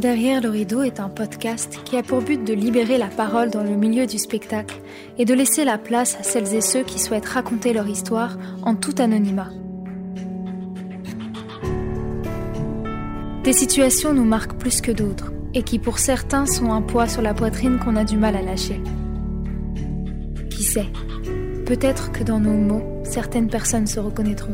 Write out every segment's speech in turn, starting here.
Derrière le rideau est un podcast qui a pour but de libérer la parole dans le milieu du spectacle et de laisser la place à celles et ceux qui souhaitent raconter leur histoire en tout anonymat. Des situations nous marquent plus que d'autres et qui pour certains sont un poids sur la poitrine qu'on a du mal à lâcher. Qui sait, peut-être que dans nos mots, certaines personnes se reconnaîtront.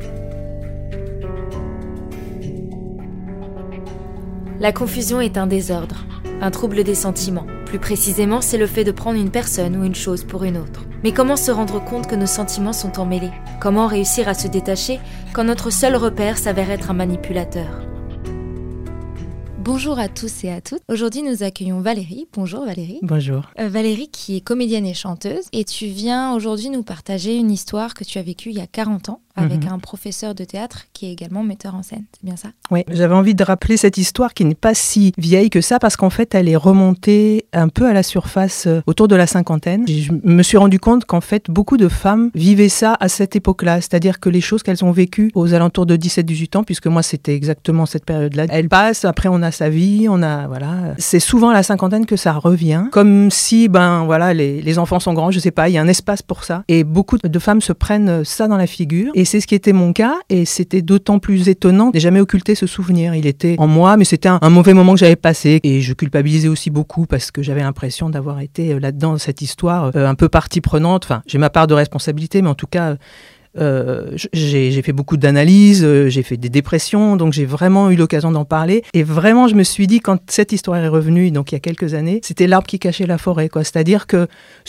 La confusion est un désordre, un trouble des sentiments. Plus précisément, c'est le fait de prendre une personne ou une chose pour une autre. Mais comment se rendre compte que nos sentiments sont emmêlés ? Comment réussir à se détacher quand notre seul repère s'avère être un manipulateur ? Bonjour à tous et à toutes. Aujourd'hui, nous accueillons Valérie. Bonjour Valérie. Bonjour. Valérie qui est comédienne et chanteuse. Et tu viens aujourd'hui nous partager une histoire que tu as vécue il y a 40 ans avec un professeur de théâtre qui est également metteur en scène. C'est bien ça ? Oui, j'avais envie de rappeler cette histoire qui n'est pas si vieille que ça parce qu'en fait, elle est remontée un peu à la surface autour de la cinquantaine. Je me suis rendu compte qu'en fait, beaucoup de femmes vivaient ça à cette époque-là. C'est-à-dire que les choses qu'elles ont vécues aux alentours de 17-18 ans, puisque moi, c'était exactement cette période-là, elles passent, après on a sa vie, voilà. C'est souvent à la cinquantaine que ça revient, comme si, les enfants sont grands, je sais pas, il y a un espace pour ça. Et beaucoup de femmes se prennent ça dans la figure. Et c'est ce qui était mon cas, et c'était d'autant plus étonnant. Je n'ai jamais occulté ce souvenir. Il était en moi, mais c'était un mauvais moment que j'avais passé. Et je culpabilisais aussi beaucoup parce que j'avais l'impression d'avoir été là-dedans, cette histoire, un peu partie prenante. Enfin, j'ai ma part de responsabilité, mais en tout cas... j'ai fait beaucoup d'analyses, j'ai fait des dépressions, donc j'ai vraiment eu l'occasion d'en parler. Et vraiment, je me suis dit, quand cette histoire est revenue, donc il y a quelques années, c'était l'arbre qui cachait la forêt, quoi. C'est-à-dire que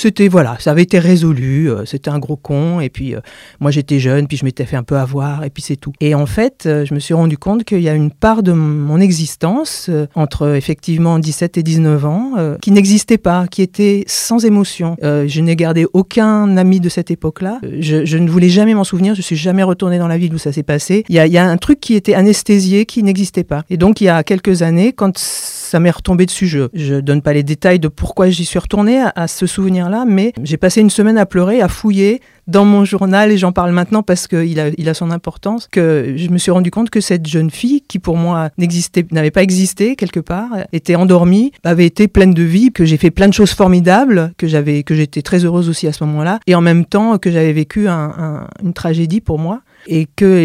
ça avait été résolu, c'était un gros con, et puis moi j'étais jeune, puis je m'étais fait un peu avoir, et puis c'est tout. Et en fait, je me suis rendu compte qu'il y a une part de mon existence, entre effectivement 17 et 19 ans, qui n'existait pas, qui était sans émotion. Je n'ai gardé aucun ami de cette époque-là. Je ne voulais jamais m'en souvenir, je suis jamais retournée dans la ville où ça s'est passé. Il y a un truc qui était anesthésié, qui n'existait pas. Et donc, il y a quelques années, quand ça m'est retombé dessus, je donne pas les détails de pourquoi j'y suis retournée à ce souvenir-là, mais j'ai passé une semaine à pleurer, à fouiller dans mon journal, et j'en parle maintenant parce qu'il a son importance, que je me suis rendu compte que cette jeune fille, qui pour moi n'avait pas existé quelque part, était endormie, avait été pleine de vie, que j'ai fait plein de choses formidables, que j'étais très heureuse aussi à ce moment-là, et en même temps que j'avais vécu une tragédie pour moi. Et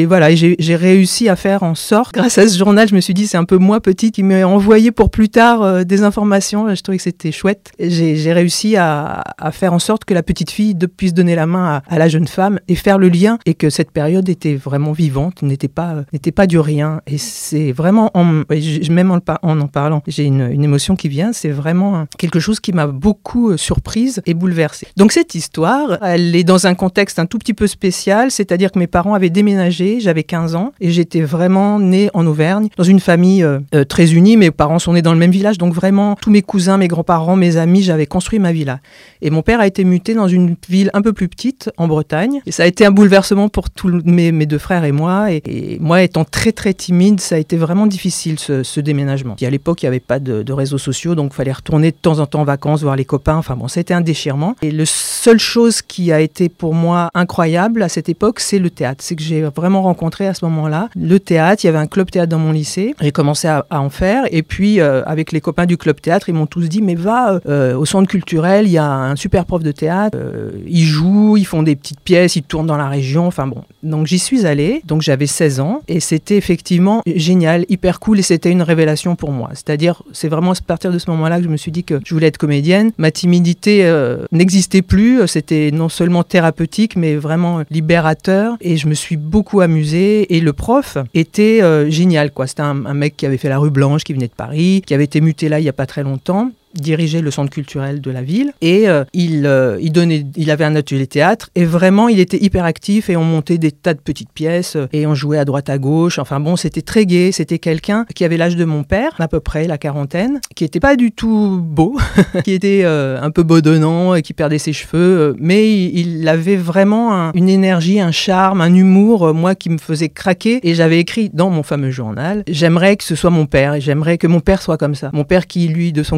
j'ai réussi à faire en sorte, grâce à ce journal, je me suis dit, c'est un peu moi petite qui m'a envoyé pour plus tard des informations. Je trouvais que c'était chouette. J'ai réussi à faire en sorte que la petite fille puisse donner la main à la jeune femme et faire le lien, et que cette période était vraiment vivante, n'était pas du rien. Et c'est vraiment, même en parlant, j'ai une émotion qui vient. C'est vraiment quelque chose qui m'a beaucoup surprise et bouleversée. Donc cette histoire, elle est dans un contexte un tout petit peu spécial, c'est-à-dire que mes parents avaient déménagé, j'avais 15 ans et j'étais vraiment née en Auvergne, dans une famille très unie. Mes parents sont nés dans le même village, donc vraiment tous mes cousins, mes grands-parents, mes amis, j'avais construit ma vie là. Et mon père a été muté dans une ville un peu plus petite, en Bretagne, et ça a été un bouleversement pour tous mes deux frères et moi. Et moi, étant très très timide, ça a été vraiment difficile ce déménagement. Et à l'époque, il n'y avait pas de réseaux sociaux, donc il fallait retourner de temps en temps en vacances, voir les copains. Enfin bon, c'était un déchirement. Et la seule chose qui a été pour moi incroyable à cette époque, c'est le théâtre. C'est que j'ai vraiment rencontré à ce moment-là le théâtre. Il y avait un club théâtre dans mon lycée. J'ai commencé à en faire. Et puis, avec les copains du club théâtre, ils m'ont tous dit, mais va au centre culturel, il y a un super prof de théâtre. Ils jouent, ils font des petites pièces, ils tournent dans la région. Enfin bon. Donc, j'y suis allée. Donc, j'avais 16 ans. Et c'était effectivement génial, hyper cool. Et c'était une révélation pour moi. C'est-à-dire, c'est vraiment à partir de ce moment-là que je me suis dit que je voulais être comédienne. Ma timidité n'existait plus. C'était non seulement thérapeutique, mais vraiment libérateur. Et je me suis beaucoup amusée, et le prof était génial, quoi. C'était un mec qui avait fait la rue Blanche, qui venait de Paris, qui avait été muté là il n'y a pas très longtemps, dirigeait le centre culturel de la ville, et il avait un atelier théâtre, et vraiment il était hyper actif, et on montait des tas de petites pièces, et on jouait à droite à gauche. Enfin bon, c'était très gai. C'était quelqu'un qui avait l'âge de mon père, à peu près la quarantaine, qui était pas du tout beau, qui était un peu bedonnant, et qui perdait ses cheveux, mais il avait vraiment une énergie, un charme, un humour, moi, qui me faisait craquer. Et j'avais écrit dans mon fameux journal, j'aimerais que ce soit mon père, et j'aimerais que mon père soit comme ça. Mon père qui, lui, de son côté, était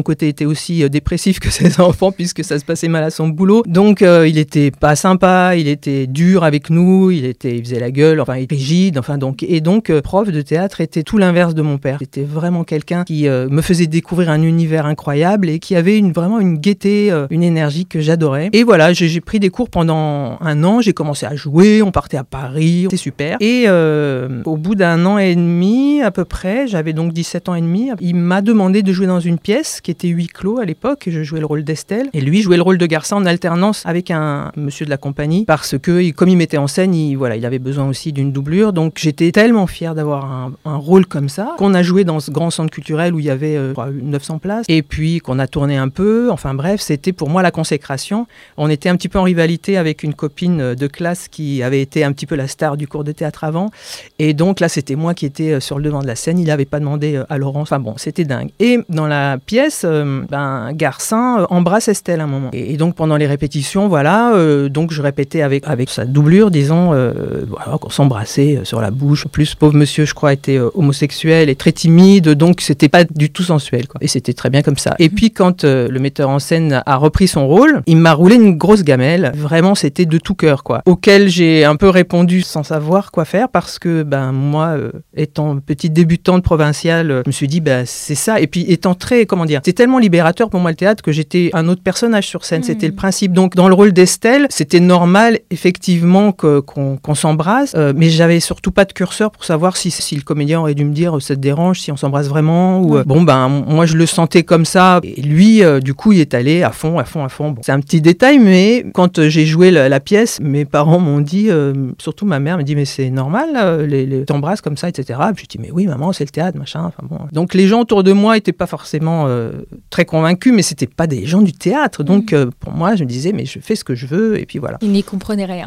aussi dépressif que ses enfants puisque ça se passait mal à son boulot. Donc il était pas sympa, il était dur avec nous, il faisait la gueule, enfin il était rigide, donc prof de théâtre était tout l'inverse de mon père. C'était vraiment quelqu'un qui me faisait découvrir un univers incroyable et qui avait vraiment une gaieté, une énergie que j'adorais. Et voilà, j'ai pris des cours pendant 1 an, j'ai commencé à jouer, on partait à Paris, c'était super. Et au bout d'1 an et demi à peu près, j'avais donc 17 ans et demi, il m'a demandé de jouer dans une pièce qui était huis clos à l'époque, et je jouais le rôle d'Estelle, et lui jouait le rôle de Garcin en alternance avec un monsieur de la compagnie, parce que comme il mettait en scène, il avait besoin aussi d'une doublure, donc j'étais tellement fière d'avoir un rôle comme ça, qu'on a joué dans ce grand centre culturel où il y avait 900 places, et puis qu'on a tourné un peu, enfin bref, c'était pour moi la consécration. On était un petit peu en rivalité avec une copine de classe qui avait été un petit peu la star du cours de théâtre avant, et donc là c'était moi qui étais sur le devant de la scène, il n'avait pas demandé à Laurent, enfin bon, c'était dingue. Et dans la pièce, Garcin embrasse Estelle à un moment. Et donc pendant les répétitions, voilà, donc je répétais avec sa doublure, disons, voilà, qu'on s'embrassait sur la bouche. En plus, pauvre monsieur, je crois, était homosexuel et très timide, donc c'était pas du tout sensuel, quoi. Et c'était très bien comme ça. Et puis quand le metteur en scène a repris son rôle, il m'a roulé une grosse gamelle. Vraiment, c'était de tout cœur, quoi. Auquel j'ai un peu répondu sans savoir quoi faire, parce que moi, étant petite débutante provinciale, je me suis dit, c'est ça. Et puis étant très, c'est tellement libérateur pour moi le théâtre que j'étais un autre personnage sur scène. C'était le principe. Donc dans le rôle d'Estelle, c'était normal effectivement qu'on s'embrasse, mais j'avais surtout pas de curseur pour savoir si le comédien aurait dû me dire ça te dérange si on s'embrasse vraiment ou moi je le sentais comme ça. Et lui, du coup, il est allé à fond. Bon, c'est un petit détail, mais quand j'ai joué la pièce, mes parents m'ont dit, surtout ma mère m'a dit mais c'est normal, les t'embrasses comme ça, etc. Et puis je dis mais oui maman, c'est le théâtre, machin. Enfin bon. Donc les gens autour de moi étaient pas forcément très convaincus, mais c'était pas des gens du théâtre. Donc pour moi, je me disais mais je fais ce que je veux et puis voilà. Ils n'y comprenaient rien.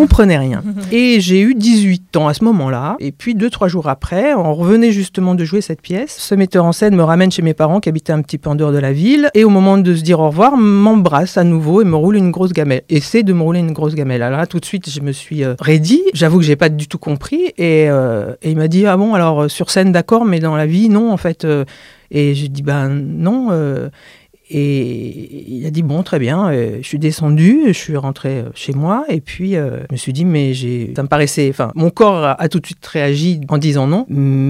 Et j'ai eu 18 ans à ce moment-là. Et puis 2-3 jours après, on revenait justement de jouer cette pièce. Ce metteur en scène me ramène chez mes parents qui habitaient un petit peu en dehors de la ville. Et au moment de se dire au revoir, m'embrasse à nouveau et me roule une grosse gamelle. Essaie de me rouler une grosse gamelle. Alors là, tout de suite, je me suis raidie. J'avoue que j'ai pas du tout compris. Et il m'a dit, ah bon, alors sur scène, d'accord, mais dans la vie, non, en fait. Et j'ai dit, non. Et il a dit bon très bien, je suis descendue, je suis rentrée chez moi et puis je me suis dit mais ça me paraissait, mon corps a tout de suite réagi en disant non,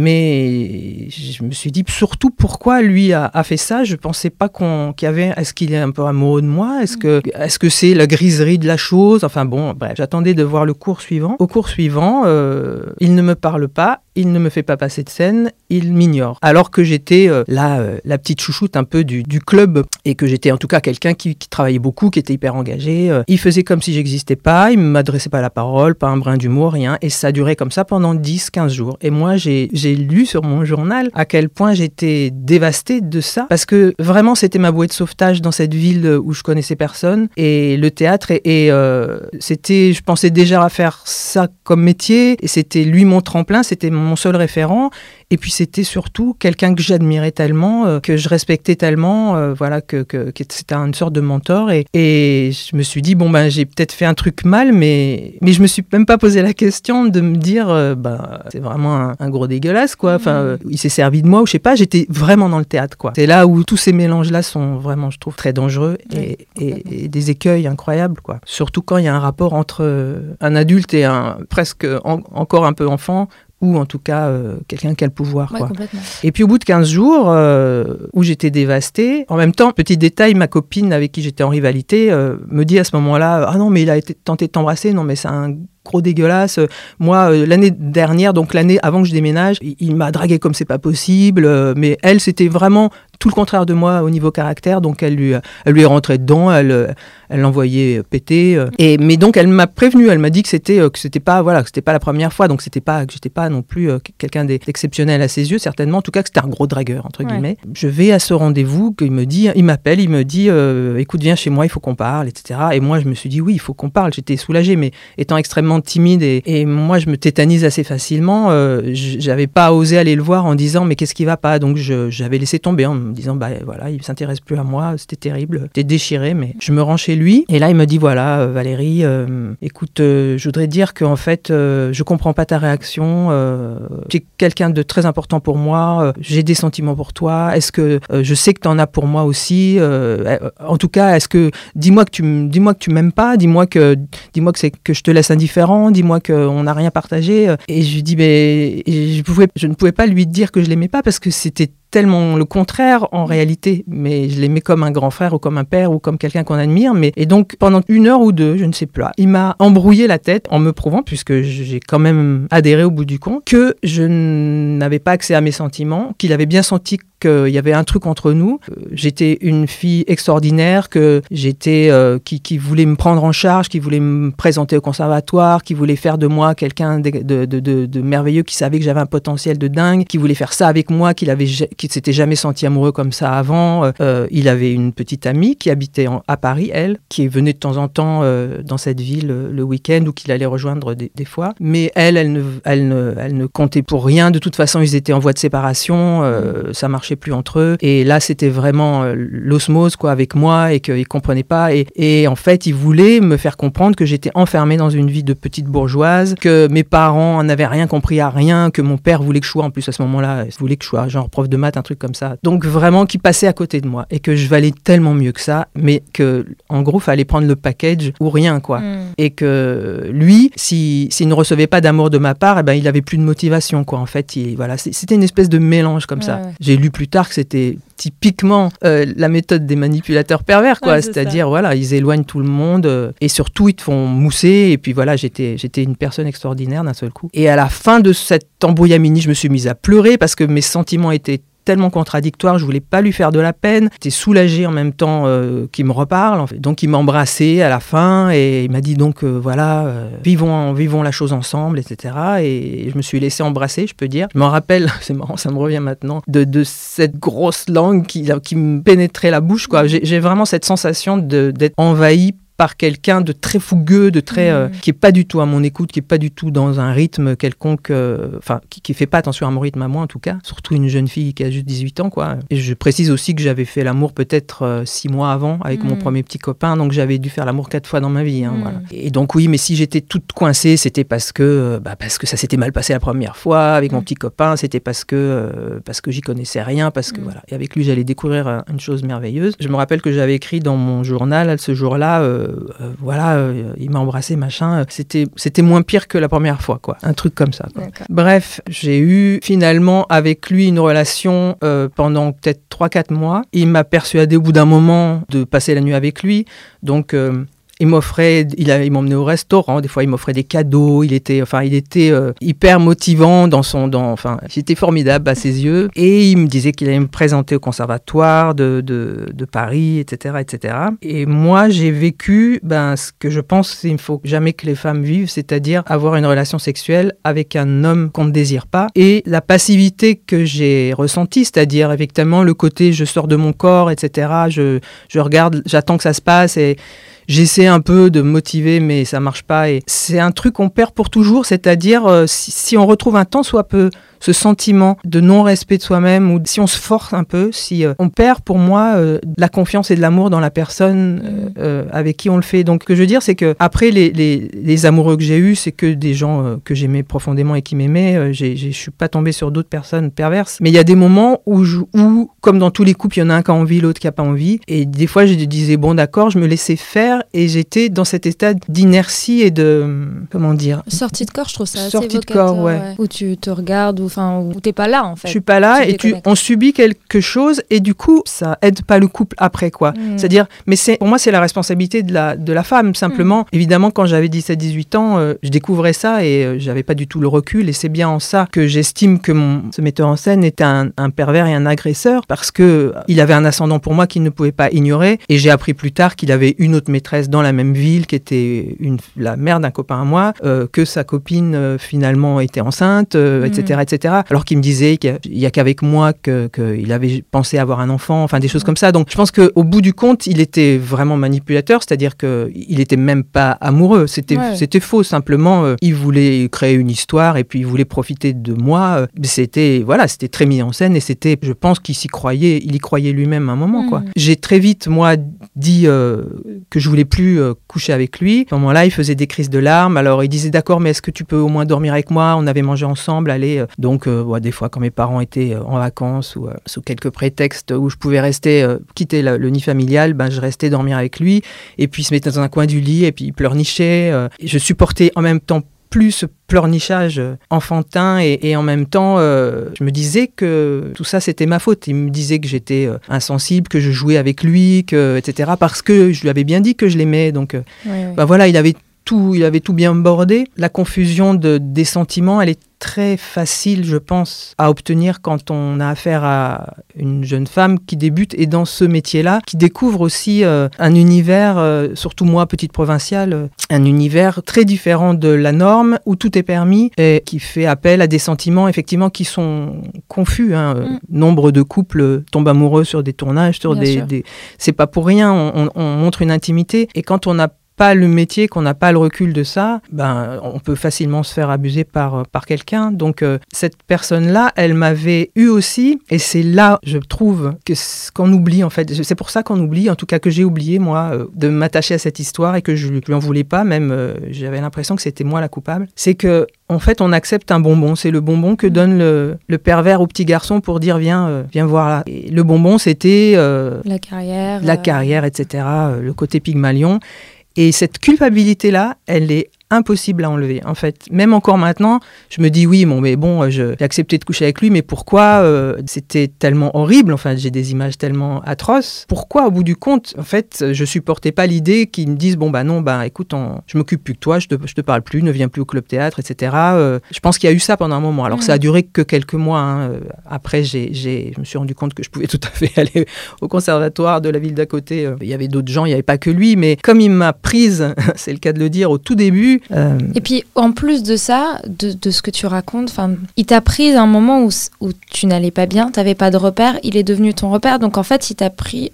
mais je me suis dit surtout pourquoi lui a fait ça. Je pensais pas qu'il y avait, est-ce qu'il est un peu amoureux de moi, est-ce que c'est la griserie de la chose, enfin bon bref, j'attendais de voir le cours suivant. Au cours suivant, il ne me parle pas, il ne me fait pas passer de scène, il m'ignore. Alors que j'étais la petite chouchoute un peu du club et que j'étais en tout cas quelqu'un qui travaillait beaucoup, qui était hyper engagé. Il faisait comme si j'existais pas, il ne m'adressait pas la parole, pas un brin d'humour, rien. Et ça durait comme ça pendant 10-15 jours. Et moi, j'ai lu sur mon journal à quel point j'étais dévastée de ça. Parce que vraiment, c'était ma bouée de sauvetage dans cette ville où je connaissais personne. Et le théâtre, c'était, je pensais déjà à faire ça comme métier. Et c'était lui mon tremplin, c'était mon seul référent. Et puis c'était surtout quelqu'un que j'admirais tellement, que je respectais tellement, que c'était une sorte de mentor. Et je me suis dit, j'ai peut-être fait un truc mal, mais je me suis même pas posé la question de me dire, c'est vraiment un gros dégueulasse, quoi. Enfin, il s'est servi de moi, ou je sais pas, j'étais vraiment dans le théâtre, quoi. C'est là où tous ces mélanges-là sont vraiment, je trouve, très dangereux et des écueils incroyables, quoi. Surtout quand il y a un rapport entre un adulte et un presque encore un peu enfant, ou en tout cas quelqu'un qui a le pouvoir. Ouais, quoi. Complètement. Et puis au bout de 15 jours, où j'étais dévastée, en même temps, petit détail, ma copine avec qui j'étais en rivalité me dit à ce moment-là, ah non mais il a tenté de t'embrasser, non mais c'est un gros dégueulasse. Moi, l'année dernière, donc l'année avant que je déménage, il m'a dragué comme c'est pas possible, mais elle, c'était vraiment tout le contraire de moi au niveau caractère, donc elle lui est rentrée dedans, elle l'envoyait péter. Mais donc elle m'a prévenu, elle m'a dit que c'était pas la première fois, donc que j'étais pas non plus quelqu'un d'exceptionnel à ses yeux, certainement, en tout cas que c'était un gros dragueur entre guillemets. Je vais à ce rendez-vous, il m'appelle, il me dit écoute, viens chez moi, il faut qu'on parle, etc. Et moi je me suis dit oui, il faut qu'on parle. J'étais soulagée, mais étant extrêmement extrêmement timide et moi je me tétanise assez facilement. J'avais pas osé aller le voir en disant mais qu'est-ce qui va pas, donc j'avais laissé tomber en me disant bah voilà, il s'intéresse plus à moi, c'était terrible, j'étais déchirée, mais je me rends chez lui et là il me dit voilà Valérie, écoute, je voudrais dire qu'en fait je comprends pas ta réaction, tu es quelqu'un de très important pour moi, j'ai des sentiments pour toi, est-ce que je sais que t'en as pour moi aussi, en tout cas est-ce que dis-moi que tu m'aimes pas, dis-moi que c'est que je te laisse indifférent, dis-moi qu'on n'a rien partagé. Et je lui dis mais je ne pouvais pas lui dire que je l'aimais pas parce que c'était tellement le contraire en réalité, mais je l'aimais comme un grand frère ou comme un père ou comme quelqu'un qu'on admire. Et donc pendant 1 heure ou 2, je ne sais plus, il m'a embrouillé la tête en me prouvant, puisque j'ai quand même adhéré au bout du compte, que je n'avais pas accès à mes sentiments, qu'il avait bien senti qu'il y avait un truc entre nous. J'étais une fille extraordinaire, que j'étais qui voulait me prendre en charge, qui voulait me présenter au conservatoire, qui voulait faire de moi quelqu'un de merveilleux, qui savait que j'avais un potentiel de dingue, qui voulait faire ça avec moi, qui s'était jamais senti amoureux comme ça avant. Il avait une petite amie qui habitait à Paris, elle, qui venait de temps en temps dans cette ville le week-end ou qu'il allait rejoindre des fois. Mais elle ne comptait pour rien. De toute façon, ils étaient en voie de séparation. Ça marchait plus entre eux. Et là, c'était vraiment l'osmose quoi, avec moi et qu'ils ne comprenaient pas. Et en fait, ils voulaient me faire comprendre que j'étais enfermée dans une vie de petite bourgeoise, que mes parents n'avaient rien compris à rien, que mon père voulait que je sois, en plus à ce moment-là, il voulait que je sois genre prof de maths, un truc comme ça. Donc vraiment, qui passait à côté de moi et que je valais tellement mieux que ça, mais que en gros, fallait prendre le package ou rien quoi. Et que lui, s'il ne recevait pas d'amour de ma part, il avait plus de motivation quoi. En fait, voilà, c'était une espèce de mélange comme ça. J'ai lu plus tard que c'était typiquement la méthode des manipulateurs pervers quoi, c'est-à-dire voilà, ils éloignent tout le monde et surtout ils te font mousser et puis voilà, j'étais une personne extraordinaire d'un seul coup. Et à la fin de cette embrouillamini, je me suis mise à pleurer parce que mes sentiments étaient tellement contradictoire, je voulais pas lui faire de la peine, j'étais soulagée en même temps qu'il me reparle, en fait. Donc il m'a embrassée à la fin et il m'a dit donc vivons la chose ensemble, etc. Et je me suis laissée embrasser, je peux dire. Je m'en rappelle, c'est marrant, ça me revient maintenant, de cette grosse langue qui me pénétrait la bouche, quoi. J'ai vraiment cette sensation d'être envahie par quelqu'un de très fougueux, de très qui est pas du tout à mon écoute, qui est pas du tout dans un rythme quelconque, qui fait pas attention à mon rythme à moi en tout cas, surtout une jeune fille qui a juste 18 ans quoi. Et je précise aussi que j'avais fait l'amour peut-être 6 mois avant avec mon premier petit copain, donc j'avais dû faire l'amour 4 fois dans ma vie voilà. Et donc oui, mais si j'étais toute coincée, c'était parce que ça s'était mal passé la première fois avec mon petit copain, c'était parce que j'y connaissais rien, parce que voilà. Et avec lui, j'allais découvrir une chose merveilleuse. Je me rappelle que j'avais écrit dans mon journal ce jour-là il m'a embrassé, machin. C'était moins pire que la première fois, quoi. Un truc comme ça, quoi. Bref, j'ai eu finalement avec lui une relation pendant peut-être 3-4 mois. Il m'a persuadé au bout d'un moment de passer la nuit avec lui. Donc... il m'emmenait au restaurant, des fois il m'offrait des cadeaux, il était hyper motivant c'était formidable à ses yeux, et il me disait qu'il allait me présenter au conservatoire de Paris, etc., etc. Et moi j'ai vécu ce que je pense il ne faut jamais que les femmes vivent, c'est-à-dire avoir une relation sexuelle avec un homme qu'on ne désire pas, et la passivité que j'ai ressentie, c'est-à-dire effectivement le côté je sors de mon corps, etc., je regarde, j'attends que ça se passe et j'essaie un peu de me motiver, mais ça marche pas. Et c'est un truc qu'on perd pour toujours, c'est-à-dire si on retrouve un tant soit peu ce sentiment de non-respect de soi-même, ou si on se force un peu, si on perd pour moi de la confiance et de l'amour dans la personne avec qui on le fait. Donc ce que je veux dire, c'est que après les amoureux que j'ai eus, c'est que des gens que j'aimais profondément et qui m'aimaient. Je suis pas tombée sur d'autres personnes perverses. Mais il y a des moments où comme dans tous les couples, il y en a un qui a envie, l'autre qui a pas envie. Et des fois, je disais bon d'accord, je me laissais faire et j'étais dans cet état d'inertie et de sortie de corps, je trouve ça assez sortie de corps, ouais. Où tu te regardes, où t'es pas là en fait. Je suis pas là et on subit quelque chose et du coup ça aide pas le couple après quoi. C'est-à-dire, mais pour moi c'est la responsabilité de la femme simplement. Évidemment quand j'avais 17-18 ans, je découvrais ça et j'avais pas du tout le recul, et c'est bien en ça que j'estime que ce metteur en scène était un pervers et un agresseur, parce que il avait un ascendant pour moi qu'il ne pouvait pas ignorer, et j'ai appris plus tard qu'il avait une autre maîtresse dans la même ville qui était la mère d'un copain à moi, que sa copine finalement était enceinte, etc., etc. etc. Alors qu'il me disait qu'il n'y a qu'avec moi qu'il avait pensé avoir un enfant, enfin des choses comme ça. Donc je pense qu'au bout du compte, il était vraiment manipulateur, c'est-à-dire qu'il n'était même pas amoureux. C'était faux, simplement. Il voulait créer une histoire et puis il voulait profiter de moi. C'était très mis en scène et je pense qu'il y croyait lui-même à un moment, quoi. J'ai très vite, moi, dit que je voulais plus coucher avec lui. À ce moment-là, il faisait des crises de larmes. Alors, il disait, d'accord, mais est-ce que tu peux au moins dormir avec moi ? On avait mangé ensemble, allez. Donc, des fois, quand mes parents étaient en vacances ou sous quelques prétextes où je pouvais rester, quitter le nid familial, je restais dormir avec lui. Et puis, il se mettait dans un coin du lit et puis il pleurnichait. Et je supportais en même temps plus ce pleurnichage enfantin et en même temps, je me disais que tout ça, c'était ma faute. Il me disait que j'étais insensible, que je jouais avec lui, etc. Parce que je lui avais bien dit que je l'aimais. Donc, voilà, il avait tout bien bordé. La confusion des sentiments, elle est très facile, je pense, à obtenir quand on a affaire à une jeune femme qui débute et dans ce métier-là, qui découvre aussi un univers, surtout moi, petite provinciale, un univers très différent de la norme, où tout est permis et qui fait appel à des sentiments, effectivement, qui sont confus. Nombre de couples tombent amoureux sur des tournages, c'est pas pour rien, on montre une intimité. Et quand on n'a pas le métier, qu'on n'a pas le recul de ça, on peut facilement se faire abuser par quelqu'un. Donc, cette personne-là, elle m'avait eu aussi, et c'est là, je trouve, qu'on oublie, en fait. C'est pour ça qu'on oublie, en tout cas que j'ai oublié, moi, de m'attacher à cette histoire et que je lui en voulais pas, même, j'avais l'impression que c'était moi la coupable. C'est que, en fait, on accepte un bonbon. C'est le bonbon que donne le pervers au petit garçon pour dire, viens voir là. Et le bonbon, c'était... la carrière, etc., le côté Pygmalion. Et cette culpabilité-là, elle est impossible à enlever. En fait, même encore maintenant, je me dis oui, j'ai accepté de coucher avec lui, mais pourquoi c'était tellement horrible, enfin, j'ai des images tellement atroces. Pourquoi, au bout du compte, en fait, je supportais pas l'idée qu'ils me disent écoute, je m'occupe plus que toi, je te parle plus, ne viens plus au club théâtre, etc. Je pense qu'il y a eu ça pendant un moment. Alors ça a duré que quelques mois. Après, je me suis rendu compte que je pouvais tout à fait aller au conservatoire de la ville d'à côté. Il y avait d'autres gens, il n'y avait pas que lui, mais comme il m'a prise, c'est le cas de le dire, au tout début. Et puis, en plus de ça, de ce que tu racontes, il t'a pris à un moment où tu n'allais pas bien, tu n'avais pas de repère, il est devenu ton repère. Donc, en fait, il t'a pris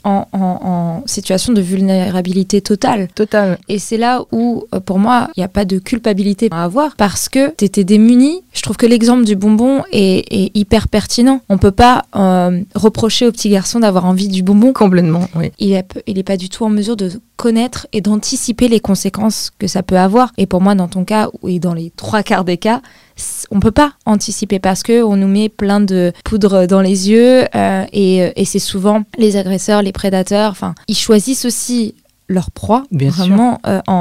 en situation de vulnérabilité totale. Totale. Et c'est là où, pour moi, il n'y a pas de culpabilité à avoir parce que tu étais démuni. Je trouve que l'exemple du bonbon est hyper pertinent. On ne peut pas reprocher au petit garçon d'avoir envie du bonbon. Complètement, oui. Il n'est pas du tout en mesure de connaître et d'anticiper les conséquences que ça peut avoir. Et pour moi, dans ton cas, et dans les 3/4 des cas, on peut pas anticiper parce qu'on nous met plein de poudre dans les yeux et c'est souvent les agresseurs, les prédateurs, ils choisissent aussi leur proie, bien vraiment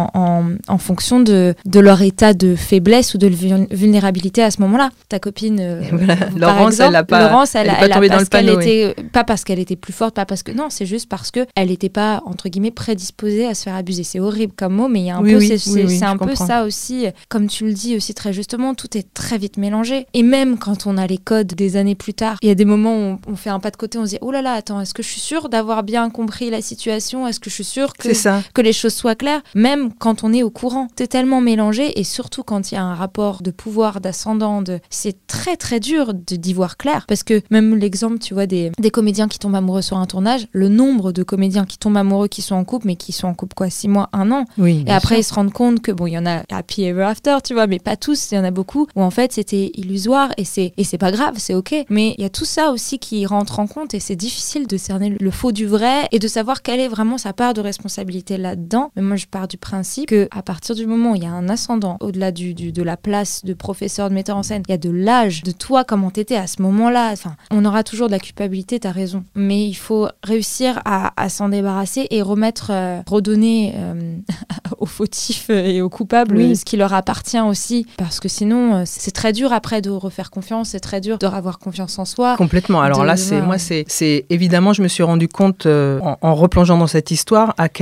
en fonction de leur état de faiblesse ou de vulnérabilité à ce moment-là. Ta copine, Laurence, elle n'est pas tombée dans le panneau. Pas parce qu'elle était plus forte, pas parce que... Non, c'est juste parce qu'elle n'était pas, entre guillemets, prédisposée à se faire abuser. C'est horrible comme mot, mais il y a un peu, c'est un peu ça aussi. Comme tu le dis aussi très justement, tout est très vite mélangé. Et même quand on a les codes des années plus tard, il y a des moments où on fait un pas de côté, on se dit « Oh là là, attends, est-ce que je suis sûre d'avoir bien compris la situation ? Est-ce que je suis sûre que les choses soient claires ?» Même quand on est au courant, c'est tellement mélangé et surtout quand il y a un rapport de pouvoir, d'ascendant, c'est très très dur d'y voir clair parce que même l'exemple, tu vois, des comédiens qui tombent amoureux sur un tournage, le nombre de comédiens qui tombent amoureux, qui sont en couple, mais qui sont en couple 6 mois, 1 an, et après ils se rendent compte que il y en a happy ever after, tu vois, mais pas tous, il y en a beaucoup où en fait c'était illusoire et c'est pas grave, c'est ok, mais il y a tout ça aussi qui rentre en compte et c'est difficile de cerner le faux du vrai et de savoir quelle est vraiment sa part de responsabilité là-dedans. Mais moi je pars du principe que à partir du moment où il y a un ascendant au-delà de la place de professeur, de metteur en scène, il y a de l'âge, de toi, comment t'étais à ce moment-là, on aura toujours de la culpabilité, t'as raison, mais il faut réussir à s'en débarrasser et redonner aux fautifs et aux coupables ce qui leur appartient aussi, parce que sinon c'est très dur après de refaire confiance, c'est très dur de avoir confiance en soi. Complètement. Alors là, c'est évidemment, je me suis rendu compte en replongeant dans cette histoire à quel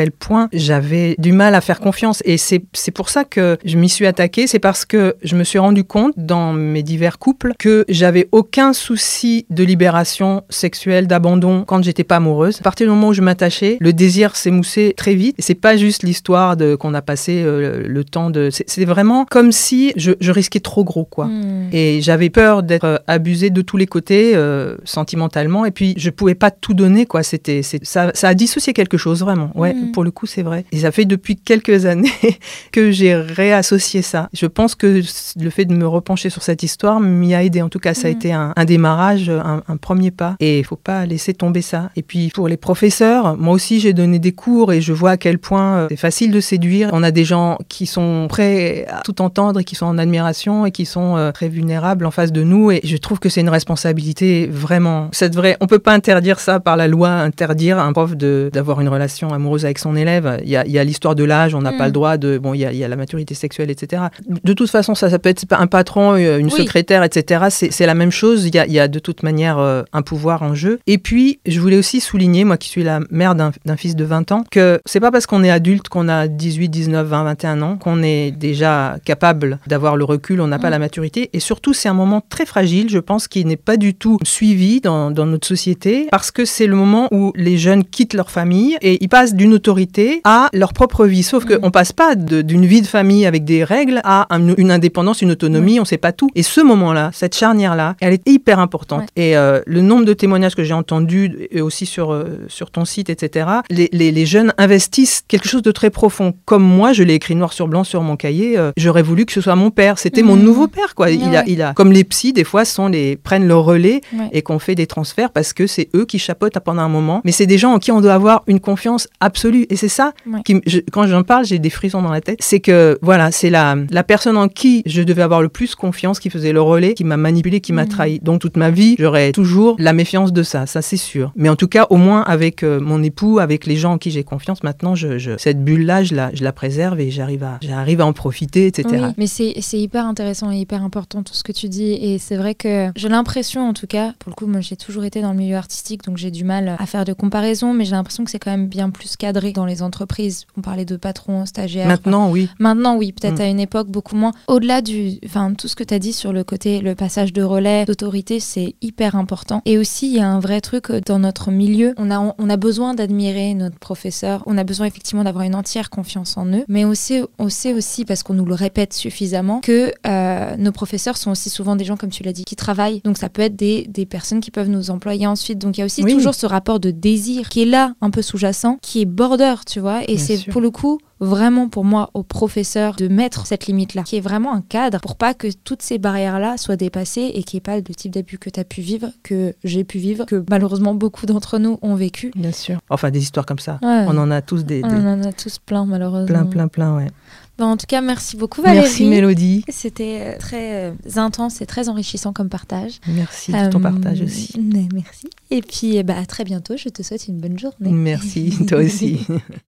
quel point j'avais du mal à faire confiance. Et c'est pour ça que je m'y suis attaquée. C'est parce que je me suis rendu compte dans mes divers couples que j'avais aucun souci de libération sexuelle, d'abandon quand j'étais pas amoureuse. À partir du moment où je m'attachais, le désir s'émoussait très vite. Et c'est pas juste l'histoire qu'on a passé le temps de... C'est vraiment comme si je risquais trop gros, quoi. Et j'avais peur d'être abusée de tous les côtés, sentimentalement. Et puis, je pouvais pas tout donner, quoi. Ça a dissocié quelque chose, vraiment. Ouais, pour le coup, c'est vrai. Et ça fait depuis quelques années que j'ai réassocié ça. Je pense que le fait de me repencher sur cette histoire m'y a aidé. En tout cas, ça a été un démarrage, un premier pas. Et il faut pas laisser tomber ça. Et puis, pour les professeurs, moi aussi, j'ai donné des cours et je vois à quel point c'est facile de séduire. On a des gens qui sont prêts à tout entendre et qui sont en admiration et qui sont très vulnérables en face de nous. Et je trouve que c'est une responsabilité vraiment. On peut pas interdire ça par la loi, interdire à un prof d'avoir une relation amoureuse avec son élève. Il y a l'histoire de l'âge, on n'a pas le droit de... Bon, il y a la maturité sexuelle, etc. De toute façon, ça peut être un patron, une secrétaire, etc. C'est la même chose. Il y a de toute manière un pouvoir en jeu. Et puis, je voulais aussi souligner, moi qui suis la mère d'un fils de 20 ans, que c'est pas parce qu'on est adulte, qu'on a 18, 19, 20, 21 ans, qu'on est déjà capable d'avoir le recul, on n'a pas la maturité. Et surtout, c'est un moment très fragile, je pense, qui n'est pas du tout suivi dans notre société, parce que c'est le moment où les jeunes quittent leur famille et ils passent d'une autorité à leur propre vie. Sauf qu'on passe pas d'une vie de famille avec des règles à une indépendance, une autonomie, on sait pas tout. Et ce moment-là, cette charnière-là, elle est hyper importante. Et le nombre de témoignages que j'ai entendus, et aussi sur ton site, etc., les jeunes investissent quelque chose de très profond. Comme moi, je l'ai écrit noir sur blanc sur mon cahier, j'aurais voulu que ce soit mon père. C'était mon nouveau père, quoi. Il a, comme les psys, des fois, prennent le relais et qu'on fait des transferts parce que c'est eux qui chapeautent pendant un moment. Mais c'est des gens en qui on doit avoir une confiance absolue. Et c'est ça, quand j'en parle, j'ai des frissons dans la tête. C'est que, voilà, c'est la personne en qui je devais avoir le plus confiance, qui faisait le relais, qui m'a manipulé, qui m'a trahi. Donc, toute ma vie, j'aurais toujours la méfiance de ça c'est sûr. Mais en tout cas, au moins, avec mon époux, avec les gens en qui j'ai confiance, maintenant, cette bulle-là, je la préserve et j'arrive à en profiter, etc. Oui, mais c'est hyper intéressant et hyper important tout ce que tu dis. Et c'est vrai que j'ai l'impression, en tout cas, pour le coup, moi, j'ai toujours été dans le milieu artistique, donc j'ai du mal à faire de comparaison, mais j'ai l'impression que c'est quand même bien plus cadré dans les entreprises. On parlait de patrons, stagiaires. Maintenant, oui. Maintenant, oui. Peut-être à une époque, beaucoup moins. Au-delà tout ce que tu as dit sur le côté, le passage de relais, d'autorité, c'est hyper important. Et aussi, il y a un vrai truc dans notre milieu. On a besoin d'admirer notre professeur. On a besoin effectivement d'avoir une entière confiance en eux. Mais on sait aussi, parce qu'on nous le répète suffisamment, que nos professeurs sont aussi souvent des gens, comme tu l'as dit, qui travaillent. Donc ça peut être des personnes qui peuvent nous employer ensuite. Donc il y a aussi toujours ce rapport de désir qui est là, un peu sous-jacent, qui est border, tu vois. Et c'est pour le coup vraiment pour moi aux professeurs de mettre cette limite-là, qui est vraiment un cadre pour pas que toutes ces barrières-là soient dépassées et qu'il n'y ait pas le type d'abus que tu as pu vivre, que j'ai pu vivre, que malheureusement beaucoup d'entre nous ont vécu. Bien sûr. Enfin, des histoires comme ça. On en a tous On en a tous plein, malheureusement. Plein, ouais. Bon, en tout cas, merci beaucoup Valérie. Merci Mélodie. C'était très intense et très enrichissant comme partage. Merci de ton partage aussi. Merci. Et puis, à très bientôt. Je te souhaite une bonne journée. Merci, toi aussi.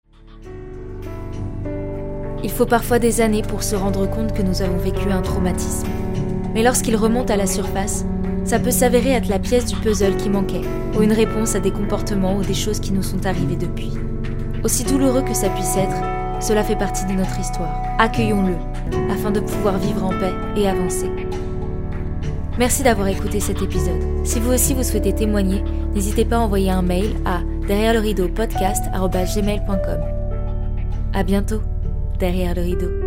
Il faut parfois des années pour se rendre compte que nous avons vécu un traumatisme. Mais lorsqu'il remonte à la surface, ça peut s'avérer être la pièce du puzzle qui manquait, ou une réponse à des comportements ou des choses qui nous sont arrivées depuis. Aussi douloureux que ça puisse être, cela fait partie de notre histoire. Accueillons-le, afin de pouvoir vivre en paix et avancer. Merci d'avoir écouté cet épisode. Si vous aussi vous souhaitez témoigner, n'hésitez pas à envoyer un mail à derrière le rideau podcast@gmail.com. À bientôt, derrière le rideau.